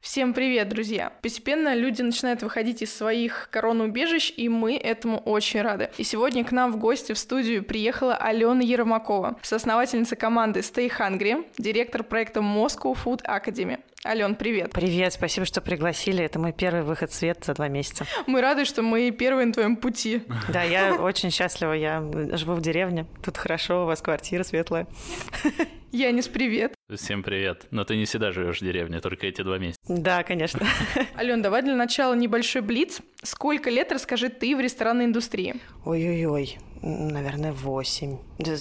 Всем привет, друзья! Постепенно люди начинают выходить из своих коронаубежищ, и мы этому очень рады. И сегодня к нам в гости в студию приехала Алена Ермакова, соосновательница команды Stay Hungry, директор проекта Moscow Food Academy. Ален, привет. Привет, спасибо, что пригласили. Это мой первый выход в свет за 2 месяца. Мы рады, что мы первые на твоем пути. Да, я очень счастлива. Я живу в деревне. Тут хорошо, у вас квартира светлая. Янис, привет. Всем привет. Но ты не всегда живешь в деревне, только эти 2 месяца. Да, конечно. Ален, давай для начала небольшой блиц. Сколько лет, расскажи, ты в ресторанной индустрии? Ой-ой-ой, наверное, 8. С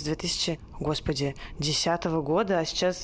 2010 года, а сейчас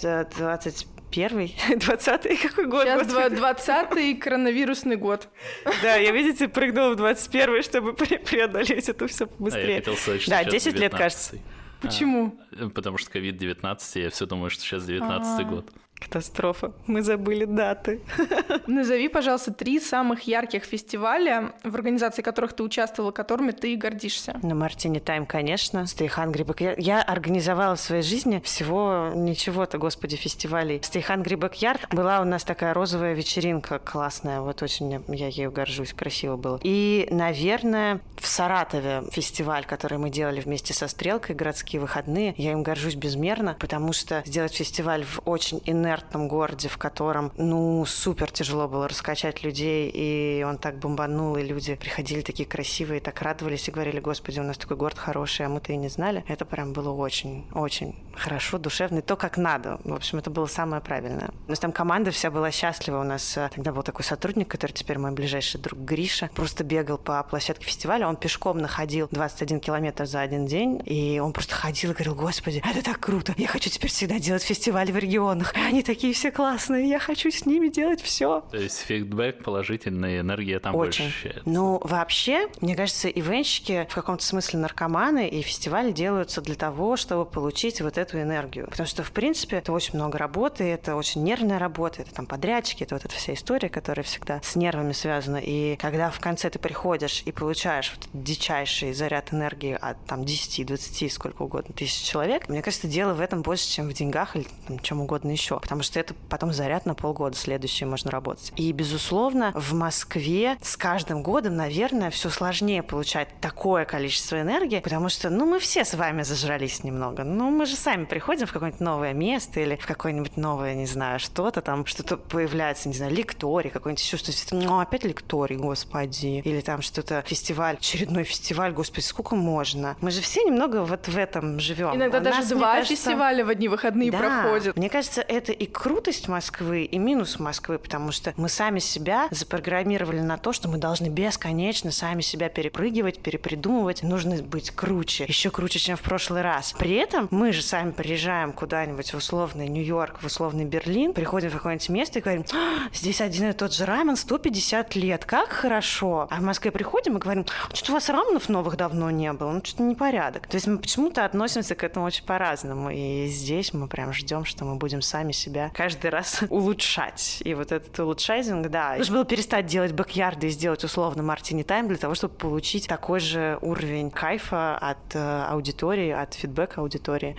21-й, 20-й, какой год? Сейчас 20-й коронавирусный год. Да, я, видите, прыгнула в 21-й, чтобы преодолеть это все побыстрее. Я хотел сказать, что да, сейчас 10 лет, кажется. Почему? Потому что COVID-19, я все думаю, что сейчас 19-й год. Катастрофа. Мы забыли даты. Назови, пожалуйста, 3 самых ярких фестиваля, в организации которых ты участвовала, которыми ты гордишься. На Martini Time, конечно. Stay Hungry Backyard. Я организовала в своей жизни всего ничего-то, господи, фестивалей. Stay Hungry Backyard. Была у нас такая розовая вечеринка классная. Вот очень я ею горжусь. Красиво было. И, наверное, в Саратове фестиваль, который мы делали вместе со Стрелкой, городские выходные. Я им горжусь безмерно, потому что сделать фестиваль в очень инертном городе, в котором, супер тяжело было раскачать людей, и он так бомбанул, и люди приходили такие красивые, так радовались и говорили: господи, у нас такой город хороший, а мы-то и не знали. Это прям было очень-очень хорошо, душевно, и то, как надо. В общем, это было самое правильное. У нас там команда вся была счастлива. У нас тогда был такой сотрудник, который теперь мой ближайший друг Гриша, просто бегал по площадке фестиваля, он пешком находил 21 километр за один день, и он просто ходил и говорил: господи, это так круто, я хочу теперь всегда делать фестивали в регионах. Они такие все классные, я хочу с ними делать все. То есть фидбэк, положительная энергия там очень больше ощущается. Вообще, мне кажется, ивенщики в каком-то смысле наркоманы, и фестивали делаются для того, чтобы получить вот эту энергию. Потому что, в принципе, это очень много работы, это очень нервная работа, это там подрядчики, это вот эта вся история, которая всегда с нервами связана. И когда в конце ты приходишь и получаешь вот этот дичайший заряд энергии от там 10, 20, сколько угодно тысяч человек, мне кажется, дело в этом больше, чем в деньгах или там, чем угодно еще. Потому что это потом заряд на полгода следующий можно работать. И, безусловно, в Москве с каждым годом, наверное, все сложнее получать такое количество энергии, потому что, мы все с вами зажрались немного. Мы же сами приходим в какое-нибудь новое место или в какое-нибудь новое, не знаю, что-то там, что-то появляется, не знаю, лекторий какой-нибудь еще что-то. Опять лекторий, господи. Или там что-то, фестиваль, очередной фестиваль, господи, сколько можно? Мы же все немного вот в этом живем. Иногда даже 2 фестиваля в одни выходные проходят. Мне кажется, это и крутость Москвы, и минус Москвы, потому что мы сами себя запрограммировали на то, что мы должны бесконечно сами себя перепрыгивать, перепридумывать. Нужно быть круче, еще круче, чем в прошлый раз. При этом мы же сами приезжаем куда-нибудь в условный Нью-Йорк, в условный Берлин, приходим в какое-нибудь место и говорим: здесь один и тот же рамен 150 лет, как хорошо. А в Москве приходим и говорим: что-то у вас раменов новых давно не было, что-то непорядок. То есть мы почему-то относимся к этому очень по-разному. И здесь мы прям ждем, что мы будем сами себя каждый раз улучшать. И вот этот улучшайзинг, да. Нужно было перестать делать бэк-ярды и сделать условно Martini Time для того, чтобы получить такой же уровень кайфа от аудитории, от фидбэка аудитории,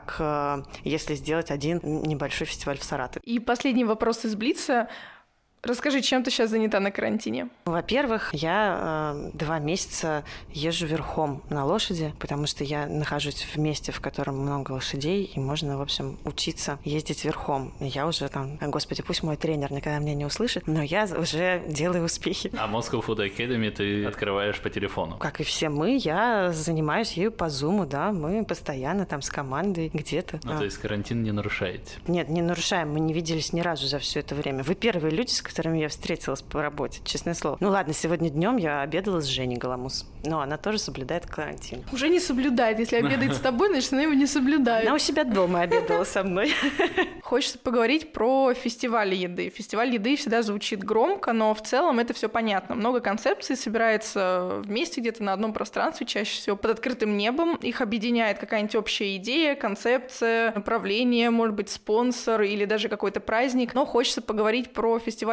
как если сделать один небольшой фестиваль в Саратове. И последний вопрос из Блица. Расскажи, чем ты сейчас занята на карантине? Во-первых, я 2 месяца езжу верхом на лошади, потому что я нахожусь в месте, в котором много лошадей, и можно, в общем, учиться ездить верхом. И я уже там, господи, пусть мой тренер никогда меня не услышит, но я уже делаю успехи. А Moscow Food Academy ты открываешь по телефону? Как и все мы, я занимаюсь ею по Zoom, да, мы постоянно там с командой где-то. То есть карантин не нарушаете? Нет, не нарушаем, мы не виделись ни разу за все это время. Вы первые люди, с которыми я встретилась по работе, честное слово. Ладно, сегодня днем я обедала с Женей Голомус, но она тоже соблюдает карантин. Уже не соблюдает. Если обедает с тобой, значит, она его не соблюдает. Она у себя дома обедала со мной. Хочется поговорить про фестивали еды. Фестиваль еды всегда звучит громко, но в целом это все понятно. Много концепций собирается вместе где-то на одном пространстве, чаще всего под открытым небом. Их объединяет какая-нибудь общая идея, концепция, направление, может быть, спонсор или даже какой-то праздник. Но хочется поговорить про фестиваль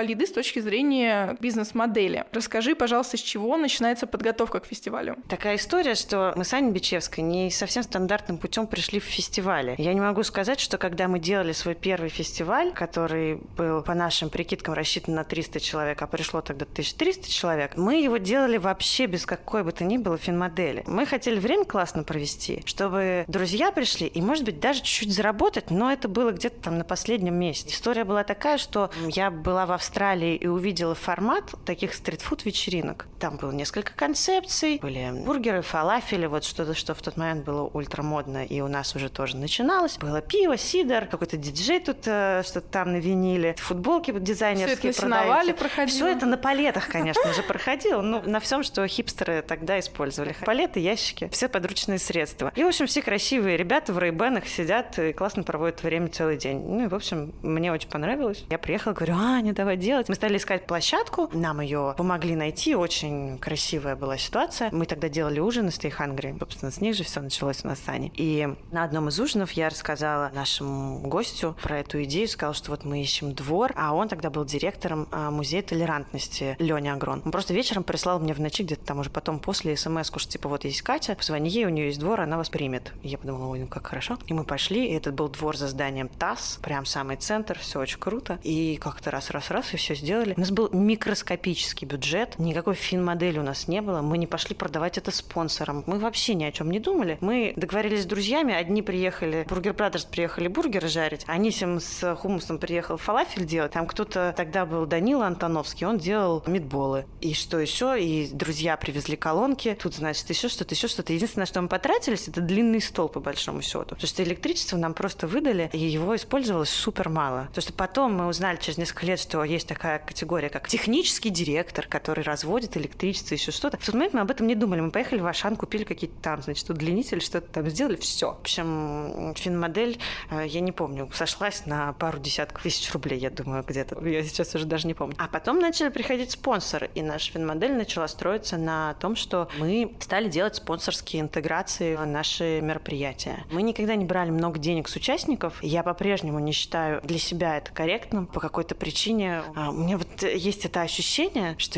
фестиваль еды с точки зрения бизнес-модели. Расскажи, пожалуйста, с чего начинается подготовка к фестивалю? Такая история, что мы с Аней Бичевской не совсем стандартным путем пришли в фестивале. Я не могу сказать, что когда мы делали свой первый фестиваль, который был, по нашим прикидкам, рассчитан на 300 человек, а пришло тогда 1300 человек, мы его делали вообще без какой бы то ни было финмодели. Мы хотели время классно провести, чтобы друзья пришли и, может быть, даже чуть-чуть заработать, но это было где-то там на последнем месте. История была такая, что я была в Австралии и увидела формат таких стритфуд-вечеринок. Там было несколько концепций, были бургеры, фалафели, вот что-то, что в тот момент было ультрамодно, и у нас уже тоже начиналось. Было пиво, сидр, какой-то диджей тут что-то там на виниле, футболки дизайнерские продаются. Все это на палетах, конечно же, проходило. Ну, на всем, что хипстеры тогда использовали. Палеты, ящики, все подручные средства. И, в общем, все красивые ребята в рейбенах сидят и классно проводят время целый день. Ну и, в общем, мне очень понравилось. Я приехала, говорю: Аня, давай делать. Мы стали искать площадку, нам ее помогли найти, очень красивая была ситуация. Мы тогда делали ужин из Stay Hungry. Собственно, с них же все началось у нас с Аней. И на одном из ужинов я рассказала нашему гостю про эту идею, сказала, что вот мы ищем двор, а он тогда был директором музея толерантности Лёня Агрон. Он просто вечером прислал мне в ночи, где-то там уже потом после смс-ку, что типа вот есть Катя, позвони ей, у нее есть двор, она вас примет. И я подумала: ой, ну как хорошо. И мы пошли, и этот был двор за зданием ТАСС, прям самый центр, все очень круто. И как-то раз, и все сделали. У нас был микроскопический бюджет, никакой финмодели у нас не было, мы не пошли продавать это спонсорам, мы вообще ни о чем не думали. Мы договорились с друзьями, одни приехали, Бургер Брадерс приехали бургеры жарить, Анисим с хумусом приехал фалафель делать, там кто-то тогда был Данила Антоновский, он делал митболы. И что еще? И друзья привезли колонки, тут, значит, еще что-то. Единственное, что мы потратились, это длинный стол, по большому счету. Потому что электричество нам просто выдали, и его использовалось супер мало. Потому что потом мы узнали через несколько лет, что есть такая категория, как технический директор, который разводит электричество, еще что-то. В тот момент мы об этом не думали. Мы поехали в Ашан, купили какие-то там, значит, удлинители, что-то там сделали, все. В общем, финмодель, я не помню, сошлась на пару десятков тысяч рублей, я думаю, где-то. Я сейчас уже даже не помню. А потом начали приходить спонсоры, и наша финмодель начала строиться на том, что мы стали делать спонсорские интеграции в наши мероприятия. Мы никогда не брали много денег с участников. Я по-прежнему не считаю для себя это корректным по какой-то причине. У меня вот есть это ощущение, что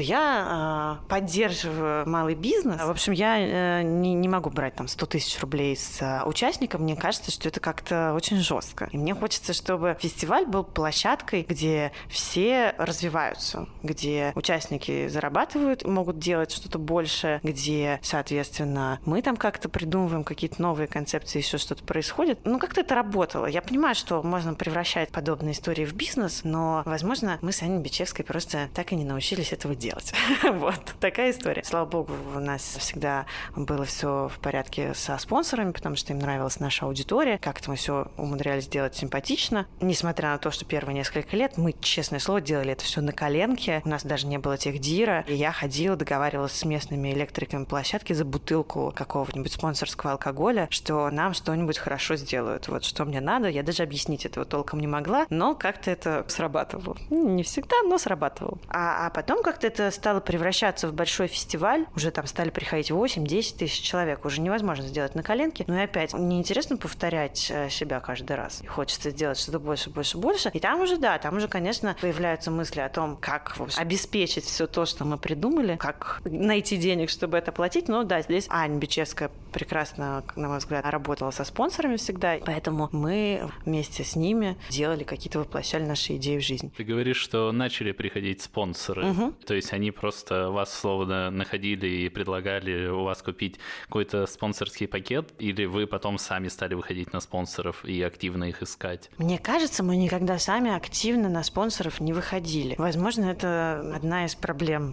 я поддерживаю малый бизнес. В общем, я не могу брать там 100 тысяч рублей с участника. Мне кажется, что это как-то очень жестко. И мне хочется, чтобы фестиваль был площадкой, где все развиваются, где участники зарабатывают, могут делать что-то большее, где, соответственно, мы там как-то придумываем какие-то новые концепции, еще что-то происходит. Ну, как-то это работало. Я понимаю, что можно превращать подобные истории в бизнес, но, возможно, мы с Аней Бичевской просто так и не научились этого делать. Вот. Такая история. Слава богу, у нас всегда было все в порядке со спонсорами, потому что им нравилась наша аудитория. Как-то мы все умудрялись делать симпатично. Несмотря на то, что первые несколько лет мы, честное слово, делали это все на коленке. У нас даже не было техдира. И я ходила, договаривалась с местными электриками площадки за бутылку какого-нибудь спонсорского алкоголя, что нам что-нибудь хорошо сделают. Вот что мне надо. Я даже объяснить этого толком не могла, но как-то это срабатывало. Не всегда, но срабатывало. А потом как-то это стало превращаться в большой фестиваль. Уже там стали приходить 8-10 тысяч человек. Уже невозможно сделать на коленке. Но и опять, неинтересно повторять себя каждый раз. И хочется сделать что-то больше, больше, больше. И там уже, да, там уже, конечно, появляются мысли о том, как обеспечить все то, что мы придумали, как найти денег, чтобы это платить. Но да, здесь Аня Бичевская прекрасно, на мой взгляд, работала со спонсорами всегда. Поэтому мы вместе с ними делали какие-то, воплощали наши идеи в жизнь. Ты говоришь, что начали приходить спонсоры. Угу. То есть они просто вас словно находили и предлагали у вас купить какой-то спонсорский пакет, или вы потом сами стали выходить на спонсоров и активно их искать? Мне кажется, мы никогда сами активно на спонсоров не выходили. Возможно, это одна из проблем.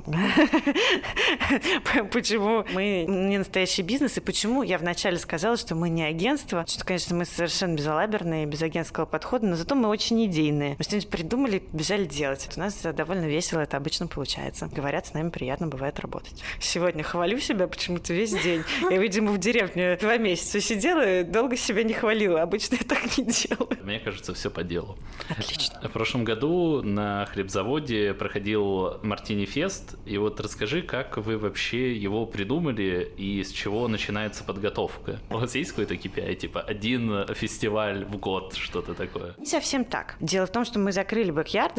Почему мы не настоящий бизнес, и почему я вначале сказала, что мы не агентство, что, конечно, мы совершенно безалаберные, без агентского подхода, но зато мы очень идейные. Мы что-нибудь придумали, бежали делать. У нас довольно весело это обычно получается. Говорят, с нами приятно бывает работать. Сегодня хвалю себя почему-то весь день. Я, видимо, в деревне 2 месяца сидела и долго себя не хвалила. Обычно я так не делаю. Мне кажется, все по делу. Отлично. В прошлом году на хлебзаводе проходил Мартини Фест. И вот расскажи, как вы вообще его придумали и с чего начинается подготовка? У вас есть какой-то KPI, типа 1 фестиваль в год, что-то такое? Не совсем так. Дело в том, что мы закрыли бэк-ярды, и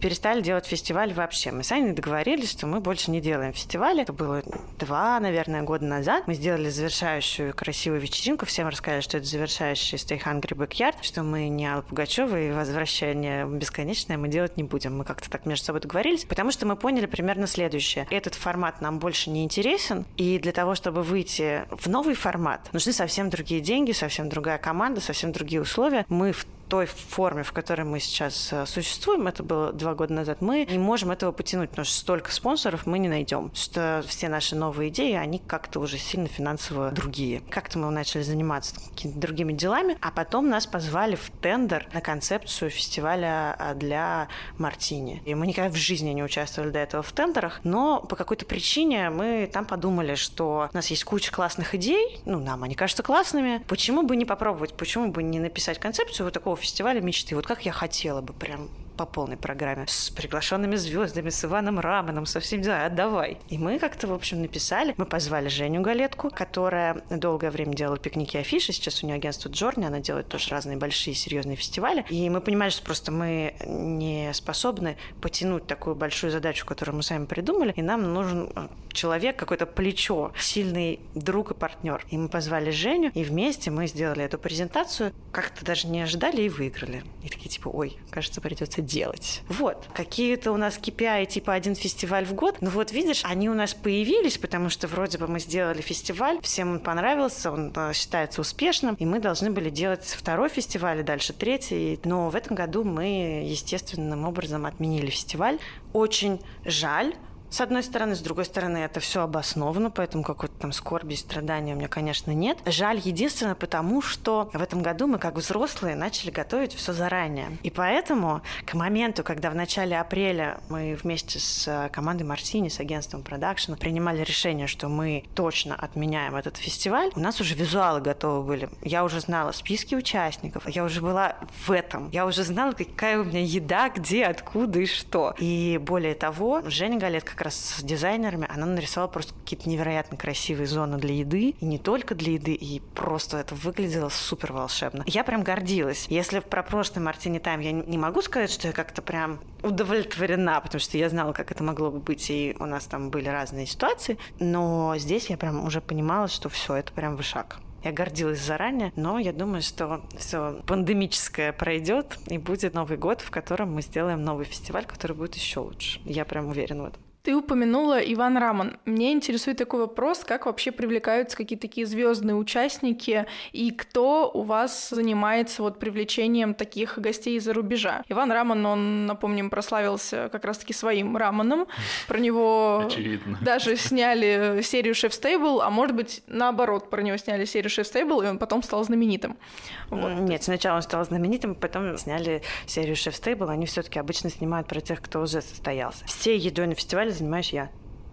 перестали делать фестиваль вообще. Мы сами договорились, что мы больше не делаем фестивали. Это было 2, наверное, года назад. Мы сделали завершающую красивую вечеринку. Всем рассказали, что это завершающий Stay Hungry Backyard, что мы не Алла Пугачёва и возвращение бесконечное мы делать не будем. Мы как-то так между собой договорились, потому что мы поняли примерно следующее. Этот формат нам больше не интересен, и для того, чтобы выйти в новый формат, нужны совсем другие деньги, совсем другая команда, совсем другие условия. Мы в той форме, в которой мы сейчас существуем, это было 2 года назад, мы не можем этого потянуть, потому что столько спонсоров мы не найдем, что все наши новые идеи, они как-то уже сильно финансово другие. Как-то мы начали заниматься какими-то другими делами, а потом нас позвали в тендер на концепцию фестиваля для Мартини. И мы никогда в жизни не участвовали до этого в тендерах, но по какой-то причине мы там подумали, что у нас есть куча классных идей, нам они кажутся классными, почему бы не попробовать, почему бы не написать концепцию вот такого фестиваля мечты, вот как я хотела бы, прям по полной программе, с приглашенными звездами, с Иваном Раманом, со всем, давай. И мы как-то, в общем, написали. Мы позвали Женю Галетку, которая долгое время делала пикники и афиши. Сейчас у нее агентство Джорни, она делает тоже разные большие серьезные фестивали. И мы понимали, что просто мы не способны потянуть такую большую задачу, которую мы сами придумали, и нам нужен человек, какое-то плечо, сильный друг и партнер. И мы позвали Женю, и вместе мы сделали эту презентацию, как-то даже не ожидали и выиграли. И такие типа, ой, кажется, придется делать. Вот. Какие-то у нас KPI, типа 1 фестиваль в год. Ну вот видишь, они у нас появились, потому что вроде бы мы сделали фестиваль, всем он понравился, он считается успешным, и мы должны были делать 2 фестиваль, и дальше 3. Но в этом году мы естественным образом отменили фестиваль. Очень жаль. С одной стороны, с другой стороны, это все обосновано, поэтому какой-то там скорби и страдания у меня, конечно, нет. Жаль единственное потому, что в этом году мы, как взрослые, начали готовить все заранее. И поэтому к моменту, когда в начале апреля мы вместе с командой Мартини, с агентством продакшена принимали решение, что мы точно отменяем этот фестиваль, у нас уже визуалы готовы были. Я уже знала списки участников, я уже была в этом. Я уже знала, какая у меня еда, где, откуда и что. И более того, Женя Галетка как раз с дизайнерами, она нарисовала просто какие-то невероятно красивые зоны для еды, и не только для еды, и просто это выглядело супер волшебно. Я прям гордилась. Если про прошлый Мартини Тайм я не могу сказать, что я как-то прям удовлетворена, потому что я знала, как это могло бы быть, и у нас там были разные ситуации, но здесь я прям уже понимала, что все, это прям вышаг. Я гордилась заранее, но я думаю, что все пандемическое пройдет, и будет Новый год, в котором мы сделаем новый фестиваль, который будет еще лучше. Я прям уверена в этом. Ты упомянула Иван Раман. Меня интересует такой вопрос, как вообще привлекаются какие-то такие звездные участники, и кто у вас занимается вот привлечением таких гостей из-за рубежа? Иван Раман, он, напомним, прославился как раз-таки своим раманом. Про него очевидно даже сняли серию «Шеф Стейбл», а может быть, наоборот, про него сняли серию «Шеф Стейбл», и он потом стал знаменитым. Вот. Нет, сначала он стал знаменитым, потом сняли серию «Шеф Стейбл». Они все-таки обычно снимают про тех, кто уже состоялся. Всей едой на фестивале занимаюсь я.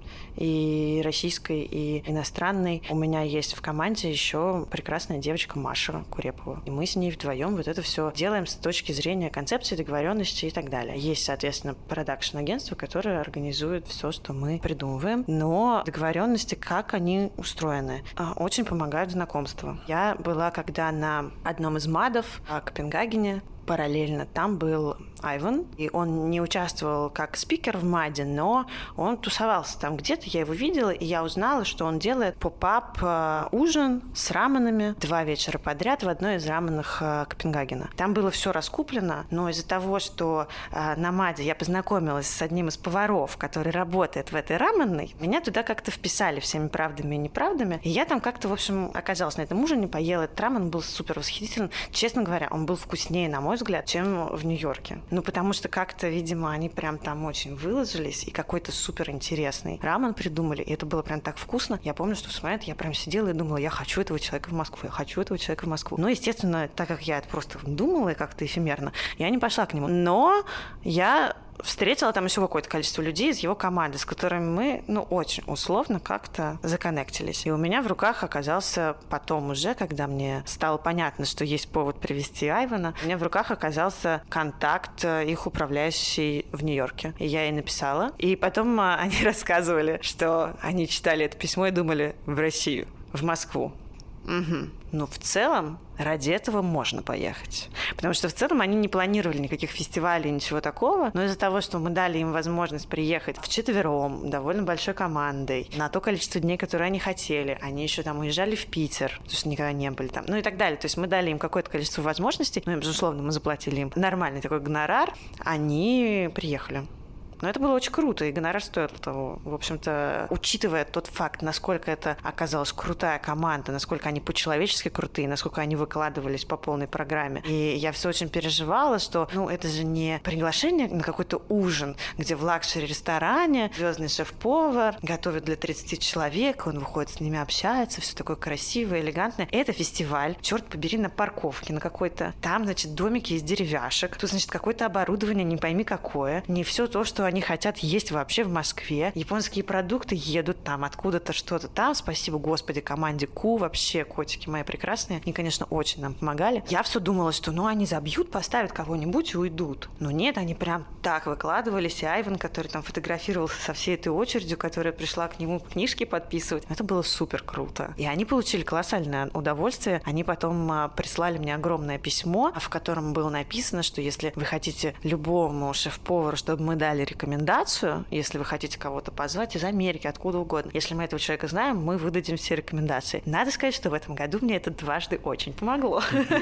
И российской, и иностранной. У меня есть в команде еще прекрасная девочка Маша Курепова. И мы с ней вдвоем вот это все делаем с точки зрения концепции, договоренности и так далее. Есть, соответственно, продакшн-агентство, которое организует все, что мы придумываем. Но договоренности, как они устроены, очень помогают знакомства. Я была когда на одном из МАДов в Копенгагене. Параллельно там был Айван, и он не участвовал как спикер в МАДе, но он тусовался там где-то, я его видела, и я узнала, что он делает поп-ап ужин с раменами 2 вечера подряд в одной из раменных Копенгагена. Там было все раскуплено, но из-за того, что на МАДе я познакомилась с одним из поваров, который работает в этой раменной, меня туда как-то вписали всеми правдами и неправдами, и я там как-то, в общем, оказалась на этом ужине, поела этот рамен, был супер восхитителен. Честно говоря, он был вкуснее, на мой взгляд, чем в Нью-Йорке. Ну, потому что как-то, видимо, они прям там очень выложились и какой-то супер интересный рамен придумали, и это было прям так вкусно. Я помню, что в момент я прям сидела и думала, я хочу этого человека в Москву, я хочу этого человека в Москву. Но, естественно, так как я это просто думала и как-то эфемерно, я не пошла к нему. Но я встретила там еще какое-то количество людей из его команды, с которыми мы, очень условно как-то законнектились. И у меня в руках оказался потом уже, когда мне стало понятно, что есть повод привести Айвана, у меня в руках оказался контакт их управляющей в Нью-Йорке. И я ей написала. И потом они рассказывали, что они читали это письмо и думали в Россию, в Москву. Но в целом ради этого можно поехать. Потому что в целом они не планировали никаких фестивалей, ничего такого. Но из-за того, что мы дали им возможность приехать вчетвером, довольно большой командой, на то количество дней, которые они хотели, они еще там уезжали в Питер, потому что никогда не были там, ну и так далее. То есть мы дали им какое-то количество возможностей, ну и, безусловно, мы заплатили им нормальный такой гонорар, они приехали. Но это было очень круто, и гонорар стоил того. В общем-то, учитывая тот факт, насколько это оказалась крутая команда, насколько они по-человечески крутые, насколько они выкладывались по полной программе. И я все очень переживала, что, это же не приглашение на какой-то ужин, где в лакшери-ресторане звездный шеф-повар готовит для 30 человек, он выходит с ними, общается, все такое красивое, элегантное. Это фестиваль, черт побери, на парковке, на какой-то. Там, значит, домики из деревяшек. Тут, значит, какое-то оборудование, не пойми какое. Не все то, что они хотят есть вообще в Москве. Японские продукты едут там откуда-то, что-то там. Спасибо, Господи, команде Ку. Вообще, котики мои прекрасные. Они, конечно, очень нам помогали. Я все думала, что, они забьют, поставят кого-нибудь и уйдут. Но нет, они прям так выкладывались. И Айван, который там фотографировался со всей этой очередью, которая пришла к нему книжки подписывать. Это было супер круто. И они получили колоссальное удовольствие. Они потом прислали мне огромное письмо, в котором было написано, что если вы хотите любому шеф-повару, чтобы мы дали рекомендацию, если вы хотите кого-то позвать из Америки, откуда угодно. Если мы этого человека знаем, мы выдадим все рекомендации. Надо сказать, что в этом году мне это дважды очень помогло.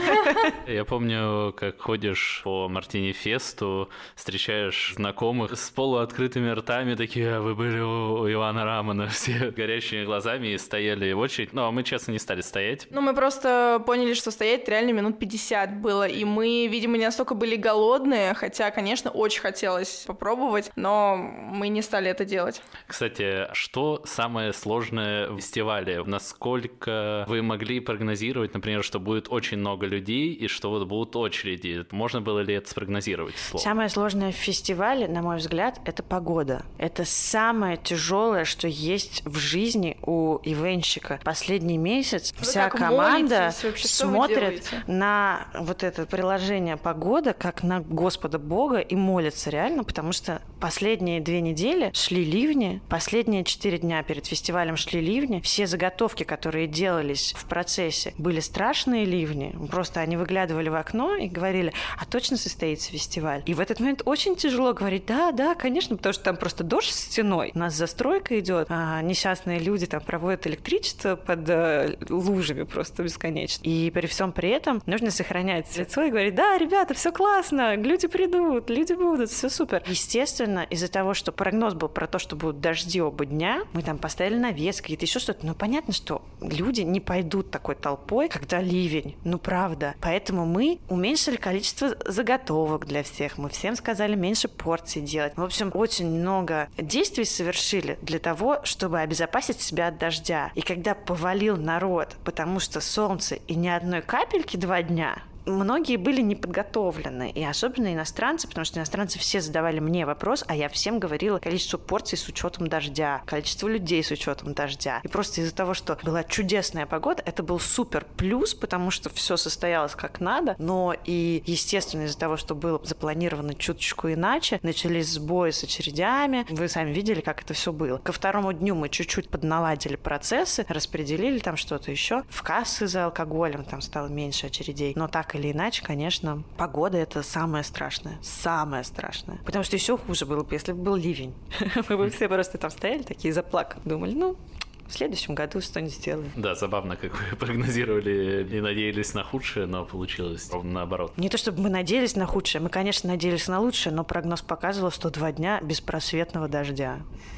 Я помню, как ходишь по Мартини-фесту, встречаешь знакомых с полуоткрытыми ртами, такие: вы были у Ивана Рамана, все горящими глазами, и стояли в очередь. А мы, честно, не стали стоять. Мы просто поняли, что стоять реально минут 50 было, и мы, видимо, не настолько были голодные, хотя, конечно, очень хотелось попробовать, но мы не стали это делать. Кстати, что самое сложное в фестивале? Насколько вы могли прогнозировать, например, что будет очень много людей и что будут очереди? Можно было ли это спрогнозировать? Самое сложное в фестивале, на мой взгляд, это погода. Это самое тяжелое, что есть в жизни у ивенщика. Последний месяц вся команда смотрит на вот это приложение «Погода» как на Господа Бога и молится реально, потому что последние 2 недели шли ливни, последние 4 дня перед фестивалем шли ливни. Все заготовки, которые делались в процессе, были страшные ливни. Просто они выглядывали в окно и говорили: а точно состоится фестиваль? И в этот момент очень тяжело говорить: да, конечно, потому что там просто дождь с стеной. У нас застройка идет, а несчастные люди там проводят электричество под лужами просто бесконечно. И при всем при этом нужно сохранять лицо и говорить: да, ребята, все классно, люди придут, люди будут, все супер. Естественно, из-за того, что прогноз был про то, что будут дожди оба дня, мы там поставили навес, какие-то еще что-то. Но понятно, что люди не пойдут такой толпой, когда ливень. Правда. Поэтому мы уменьшили количество заготовок для всех. Мы всем сказали меньше порций делать. В общем, очень много действий совершили для того, чтобы обезопасить себя от дождя. И когда повалил народ, потому что солнце и ни одной капельки 2 дня, многие были неподготовлены, и особенно иностранцы, потому что иностранцы все задавали мне вопрос, а я всем говорила количество порций с учетом дождя, количество людей с учетом дождя. И просто из-за того, что была чудесная погода, это был супер плюс, потому что все состоялось как надо, но и, естественно, из-за того, что было запланировано чуточку иначе, начались сбои с очередями. Вы сами видели, как это все было. Ко 2-му дню мы чуть-чуть подналадили процессы, распределили там что-то еще. В кассы за алкоголем там стало меньше очередей, но так или иначе, конечно, погода — это самое страшное. Самое страшное. Потому что еще хуже было бы, если бы был ливень. Мы бы все просто там стояли такие заплаканы. Думали, в следующем году что-нибудь сделаем. Да, забавно, как вы прогнозировали и надеялись на худшее, но получилось ровно наоборот. Не то чтобы мы надеялись на худшее, мы, конечно, надеялись на лучшее, но прогноз показывал, что 2 дня беспросветного дождя.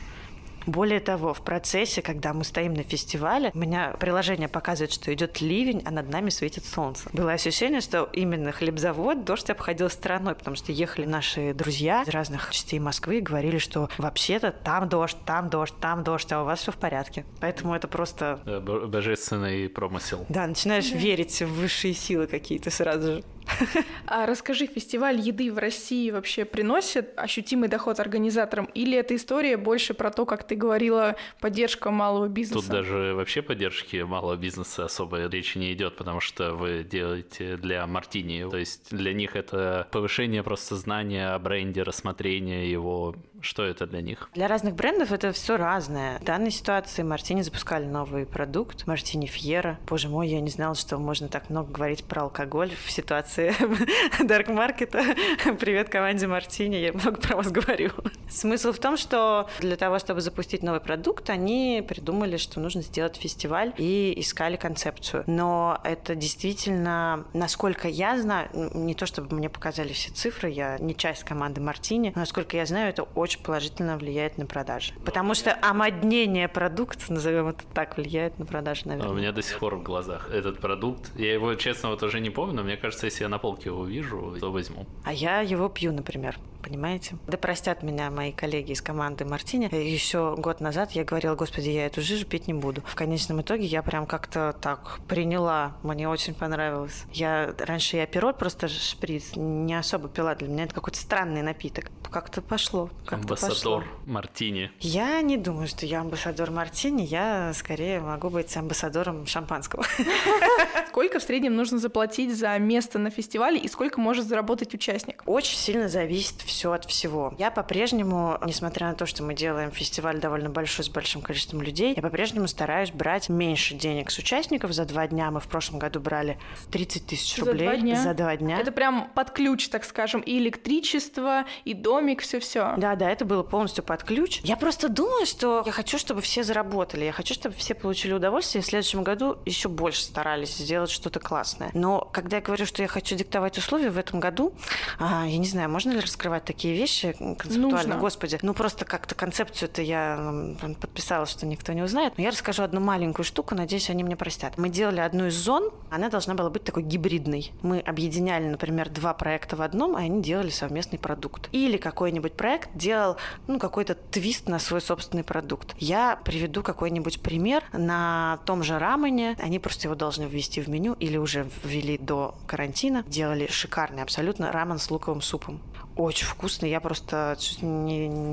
Более того, в процессе, когда мы стоим на фестивале, у меня приложение показывает, что идет ливень, а над нами светит солнце. Было ощущение, что именно хлебзавод дождь обходил стороной, потому что ехали наши друзья из разных частей Москвы и говорили, что вообще-то там дождь, а у вас все в порядке. Поэтому это просто... Божественный промысел. Да, начинаешь верить в высшие силы какие-то сразу же. А расскажи, фестиваль еды в России вообще приносит ощутимый доход организаторам? Или эта история больше про то, как ты говорила, поддержка малого бизнеса? Тут даже вообще поддержки малого бизнеса особой речи не идет, потому что вы делаете для Мартини. То есть для них это повышение просто знания о бренде, рассмотрение его, Что это для них? Для разных брендов это все разное. В данной ситуации Мартини запускали новый продукт, Мартини Фьера. Боже мой, я не знала, что можно так много говорить про алкоголь в ситуации дарк-маркета. Привет команде Мартини, я много про вас говорю. Смысл в том, что для того, чтобы запустить новый продукт, они придумали, что нужно сделать фестиваль и искали концепцию. Но это действительно, насколько я знаю, не то чтобы мне показали все цифры, я не часть команды Мартини, но насколько я знаю, это очень положительно влияет на продажи. Потому что омоднение продукта, назовем это так, влияет на продажи, наверное. У меня до сих пор в глазах этот продукт. Я его, честно, вот уже не помню, но мне кажется, если я на полке его увижу, то возьму. А я его пью, например. Понимаете? Да простят меня мои коллеги из команды Мартини. Еще год назад я говорила, господи, я эту жижу пить не буду. В конечном итоге я прям как-то так приняла. Мне очень понравилось. Раньше я апероль, просто шприц, не особо пила. Для меня это какой-то странный напиток. Как-то пошло. Амбассадор Мартини. Я не думаю, что я амбассадор Мартини. Я скорее могу быть амбассадором шампанского. Сколько в среднем нужно заплатить за место на фестивале и сколько может заработать участник? Очень сильно зависит все от всего. Я по-прежнему, несмотря на то, что мы делаем фестиваль довольно большой, с большим количеством людей, я по-прежнему стараюсь брать меньше денег с участников. За 2 дня мы в прошлом году брали 30 тысяч рублей. За 2 дня. Это прям под ключ, так скажем, и электричество, и домик, все-все. Да, это было полностью под ключ. Я просто думаю, что я хочу, чтобы все заработали. Я хочу, чтобы все получили удовольствие. И в следующем году еще больше старались сделать что-то классное. Но когда я говорю, что я хочу диктовать условия в этом году, я не знаю, можно ли раскрывать такие вещи концептуально? Нужно. Господи. Просто как-то концепцию-то я подписала, что никто не узнает. Но я расскажу одну маленькую штуку, надеюсь, они мне простят. Мы делали одну из зон, она должна была быть такой гибридной. Мы объединяли, например, 2 проекта в одном, и они делали совместный продукт. Или какой-нибудь проект делал какой-то твист на свой собственный продукт. Я приведу какой-нибудь пример. На том же рамене, они просто его должны ввести в меню или уже ввели до карантина, делали шикарный абсолютно рамен с луковым супом. Очень вкусно, я просто чуть ум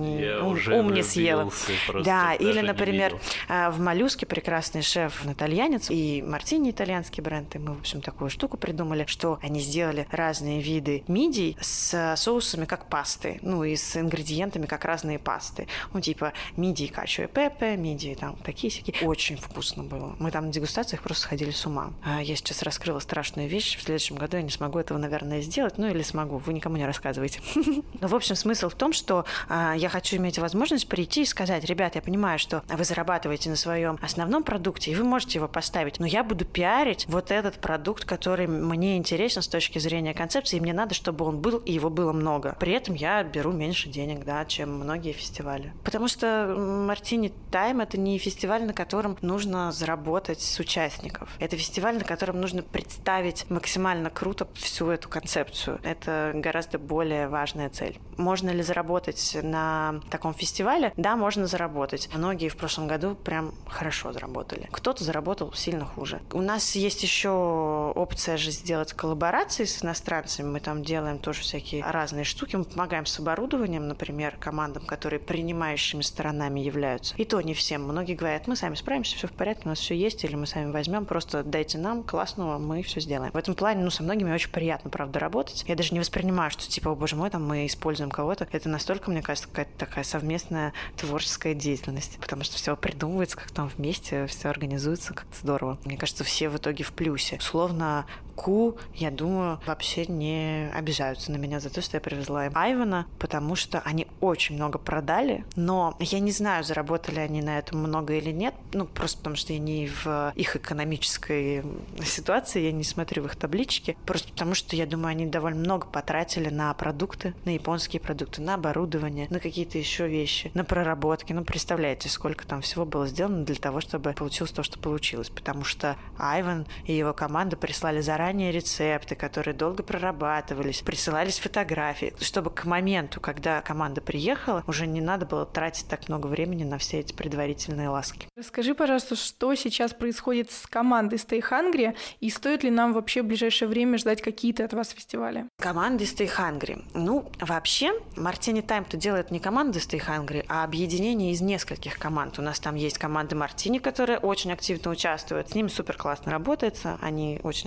не съела. Да, или, например, в «Моллюске» прекрасный шеф-итальянец и Мартини итальянский бренд, и мы, в общем, такую штуку придумали, что они сделали разные виды мидий с соусами как пасты, и с ингредиентами как разные пасты. Типа мидии качо и пепе, мидии там такие-сякие. Очень вкусно было. Мы там на дегустациях просто сходили с ума. Я сейчас раскрыла страшную вещь, в следующем году я не смогу этого, наверное, сделать, или смогу, вы никому не рассказывайте. Но, в общем, смысл в том, что я хочу иметь возможность прийти и сказать: ребят, я понимаю, что вы зарабатываете на своем основном продукте, и вы можете его поставить, но я буду пиарить вот этот продукт, который мне интересен с точки зрения концепции, и мне надо, чтобы он был, и его было много. При этом я беру меньше денег, чем многие фестивали. Потому что Мартини Тайм — это не фестиваль, на котором нужно заработать с участников. Это фестиваль, на котором нужно представить максимально круто всю эту концепцию. Это гораздо более важная цель. Можно ли заработать на таком фестивале? Да, можно заработать. Многие в прошлом году прям хорошо заработали. Кто-то заработал сильно хуже. У нас есть еще опция же сделать коллаборации с иностранцами. Мы там делаем тоже всякие разные штуки. Мы помогаем с оборудованием, например, командам, которые принимающими сторонами являются. И то не всем. Многие говорят: мы сами справимся, все в порядке, у нас все есть, или мы сами возьмем, просто дайте нам классного, мы все сделаем. В этом плане, со многими очень приятно, правда, работать. Я даже не воспринимаю, что типа, о боже мой, там мы используем кого-то. Это настолько, мне кажется, какая-то такая совместная творческая деятельность, потому что все придумывается, как там вместе, все организуется, как-то здорово. Мне кажется, все в итоге в плюсе. Условно, Ку, я думаю, вообще не обижаются на меня за то, что я привезла им Айвана, потому что они очень много продали, но я не знаю, заработали они на этом много или нет, просто потому что я не в их экономической ситуации, я не смотрю в их таблички, просто потому что, я думаю, они довольно много потратили на продукты, на японские продукты, на оборудование, на какие-то еще вещи, на проработки. Представляете, сколько там всего было сделано для того, чтобы получилось то, что получилось, потому что Айван и его команда прислали заранее рецепты, которые долго прорабатывались, присылались фотографии, чтобы к моменту, когда команда приехала, уже не надо было тратить так много времени на все эти предварительные ласки. Расскажи, пожалуйста, что сейчас происходит с командой Stay Hungry, и стоит ли нам вообще в ближайшее время ждать какие-то от вас фестивали? Команды Stay Hungry. Вообще, Мартини Тайм-то делает не команды Stay Hungry, а объединение из нескольких команд. У нас там есть команда Мартини, которая очень активно участвует. С ними супер классно работается, они очень адекватные,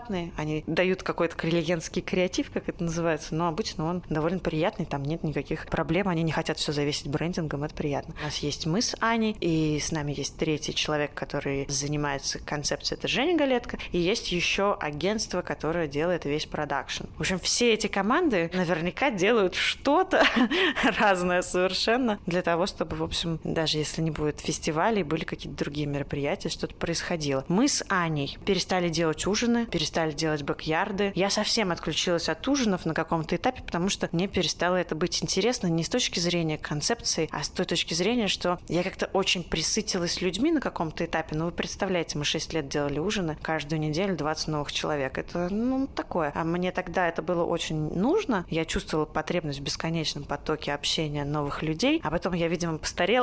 бесплатный, они дают какой-то клиентский креатив, как это называется, но обычно он довольно приятный, там нет никаких проблем, они не хотят все завесить брендингом, это приятно. У нас есть мы с Аней, и с нами есть третий человек, который занимается концепцией, это Женя Галетко, и есть еще агентство, которое делает весь продакшн. В общем, все эти команды наверняка делают что-то разное совершенно для того, чтобы, в общем, даже если не будет фестивалей, были какие-то другие мероприятия, что-то происходило. Мы с Аней перестали делать ужины, перестали делать бэк-ярды. Я совсем отключилась от ужинов на каком-то этапе, потому что мне перестало это быть интересно не с точки зрения концепции, а с той точки зрения, что я как-то очень присытилась людьми на каком-то этапе. Ну, вы представляете, мы 6 лет делали ужины, каждую неделю 20 новых человек. Это, такое. А мне тогда это было очень нужно. Я чувствовала потребность в бесконечном потоке общения новых людей, а потом я, видимо, постарела.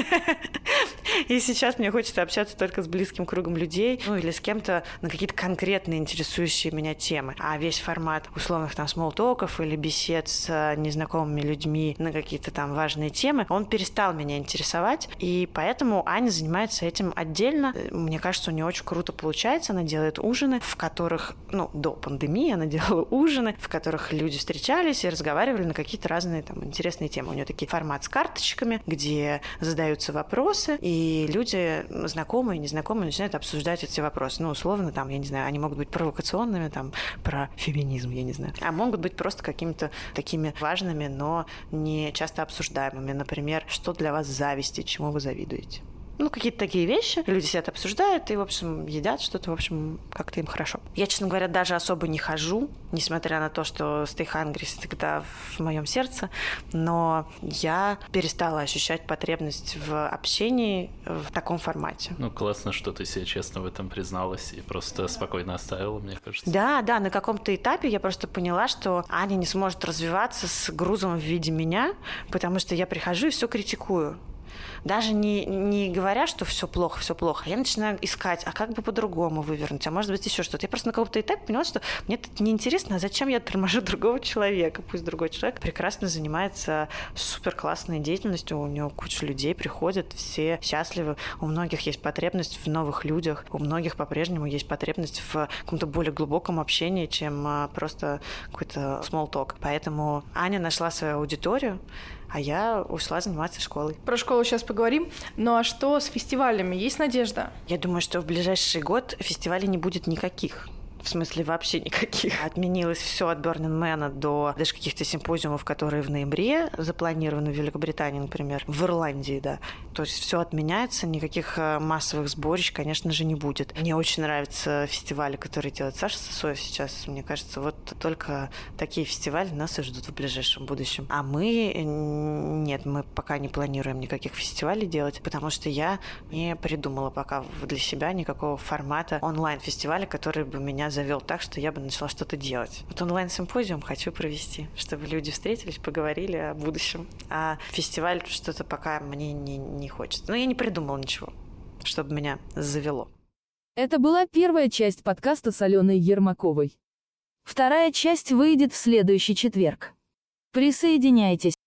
И сейчас мне хочется общаться только с близким кругом людей, или с кем-то на какие-то конкретные интересующие меня темы. А весь формат условных там смолтоков или бесед с незнакомыми людьми на какие-то там важные темы, он перестал меня интересовать, и поэтому Аня занимается этим отдельно. Мне кажется, у нее очень круто получается. Она делает ужины, в которых, до пандемии она делала ужины, в которых люди встречались и разговаривали на какие-то разные там интересные темы. У нее такие формат с карточками, где задаются вопросы, и люди, знакомые и незнакомые, начинают обсуждать эти вопросы. Условно, там, я не знаю, они могут быть провокационными, там, про феминизм, я не знаю, а могут быть просто какими-то такими важными, но не часто обсуждаемыми. Например, что для вас зависть и чему вы завидуете? Какие-то такие вещи. Люди сидят, обсуждают и, в общем, едят что-то, в общем, как-то им хорошо. Я, честно говоря, даже особо не хожу, несмотря на то, что Stay Hungry всегда в моем сердце, но я перестала ощущать потребность в общении в таком формате. Классно, что ты себе честно в этом призналась и просто спокойно оставила, мне кажется. Да, на каком-то этапе я просто поняла, что Аня не сможет развиваться с грузом в виде меня, потому что я прихожу и все критикую. Даже не говоря, что все плохо, я начинаю искать, а как бы по-другому вывернуть, а может быть еще что-то. Я просто на каком-то этапе поняла, что мне это неинтересно, а зачем я торможу другого человека? Пусть другой человек прекрасно занимается супер классной деятельностью, у него куча людей приходят, все счастливы, у многих есть потребность в новых людях, у многих по-прежнему есть потребность в каком-то более глубоком общении, чем просто какой-то small talk. Поэтому Аня нашла свою аудиторию, а я ушла заниматься школой. Про школу сейчас поговорим. А что с фестивалями? Есть надежда? Я думаю, что в ближайший год фестивалей не будет никаких. В смысле, вообще никаких. Отменилось все от Burning Man до даже каких-то симпозиумов, которые в ноябре запланированы в Великобритании, например, в Ирландии, да. То есть все отменяется, никаких массовых сборищ, конечно же, не будет. Мне очень нравятся фестивали, которые делает Саша Сысоев сейчас. Мне кажется, вот только такие фестивали нас и ждут в ближайшем будущем. А мы пока не планируем никаких фестивалей делать, потому что я не придумала пока для себя никакого формата онлайн-фестиваля, который бы меня завел так, что я бы начала что-то делать. Вот онлайн-симпозиум хочу провести, чтобы люди встретились, поговорили о будущем. А фестиваль что-то пока мне не хочется. Но я не придумала ничего, чтобы меня завело. Это была первая часть подкаста с Аленой Ермаковой. Вторая часть выйдет в следующий четверг. Присоединяйтесь.